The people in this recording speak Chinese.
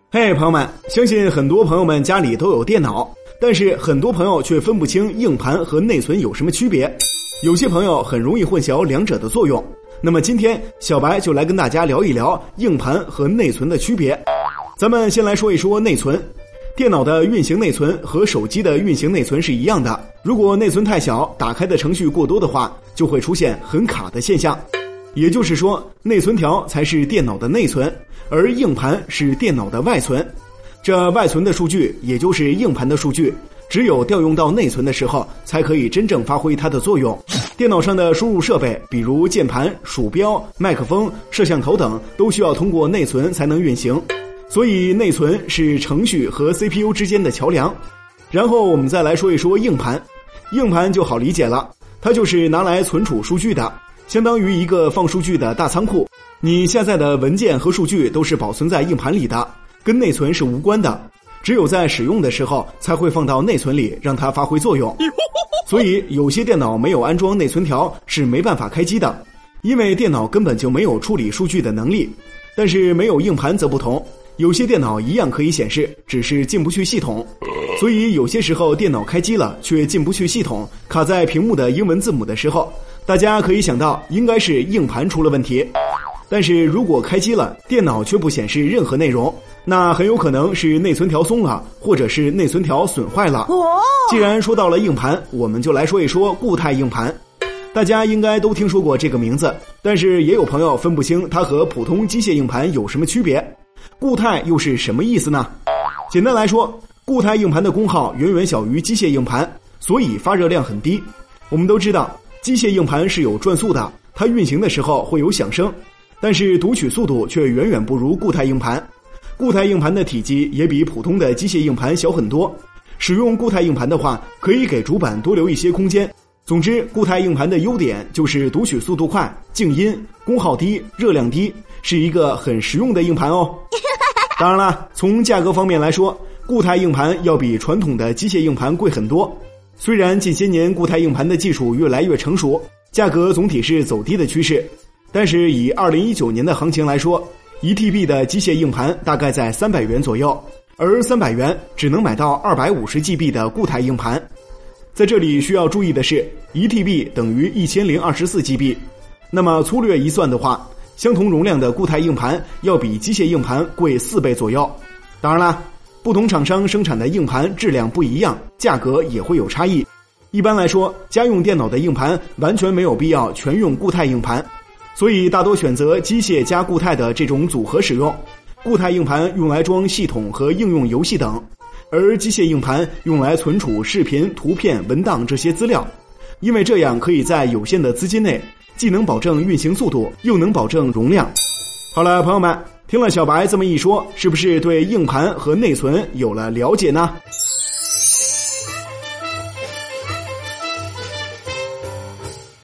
嘿，朋友们，相信很多朋友们家里都有电脑，但是很多朋友却分不清硬盘和内存有什么区别。有些朋友很容易混淆两者的作用。那么今天小白就来跟大家聊一聊硬盘和内存的区别。咱们先来说一说内存。电脑的运行内存和手机的运行内存是一样的，如果内存太小，打开的程序过多的话，就会出现很卡的现象。也就是说，内存条才是电脑的内存，而硬盘是电脑的外存。这外存的数据，也就是硬盘的数据，只有调用到内存的时候，才可以真正发挥它的作用。电脑上的输入设备，比如键盘、鼠标、麦克风、摄像头等，都需要通过内存才能运行。所以内存是程序和 CPU 之间的桥梁。然后我们再来说一说硬盘。硬盘就好理解了，它就是拿来存储数据的，相当于一个放数据的大仓库。你下载的文件和数据都是保存在硬盘里的，跟内存是无关的，只有在使用的时候才会放到内存里让它发挥作用。所以有些电脑没有安装内存条是没办法开机的，因为电脑根本就没有处理数据的能力。但是没有硬盘则不同，有些电脑一样可以显示，只是进不去系统。所以有些时候电脑开机了却进不去系统，卡在屏幕的英文字母的时候，大家可以想到应该是硬盘出了问题。但是如果开机了，电脑却不显示任何内容，那很有可能是内存条松了，或者是内存条损坏了。既然说到了硬盘，我们就来说一说固态硬盘。大家应该都听说过这个名字，但是也有朋友分不清它和普通机械硬盘有什么区别。固态又是什么意思呢？简单来说，固态硬盘的功耗远远小于机械硬盘，所以发热量很低。我们都知道，机械硬盘是有转速的，它运行的时候会有响声，但是读取速度却远远不如固态硬盘。固态硬盘的体积也比普通的机械硬盘小很多，使用固态硬盘的话，可以给主板多留一些空间。总之，固态硬盘的优点就是读取速度快、静音、功耗低、热量低，是一个很实用的硬盘哦。当然了，从价格方面来说，固态硬盘要比传统的机械硬盘贵很多。虽然近些年固态硬盘的技术越来越成熟，价格总体是走低的趋势，但是以2019年的行情来说，1TB 的机械硬盘大概在300元左右，而300元只能买到250GB 的固态硬盘。在这里需要注意的是， 1TB 等于1024GB， 那么粗略一算的话，相同容量的固态硬盘要比机械硬盘贵4倍左右。当然啦，不同厂商生产的硬盘质量不一样，价格也会有差异。一般来说，家用电脑的硬盘完全没有必要全用固态硬盘，所以大多选择机械加固态的这种组合使用。固态硬盘用来装系统和应用游戏等，而机械硬盘用来存储视频、图片、文档这些资料，因为这样可以在有限的资金内，既能保证运行速度，又能保证容量。好了，朋友们，听了小白这么一说，是不是对硬盘和内存有了了解呢？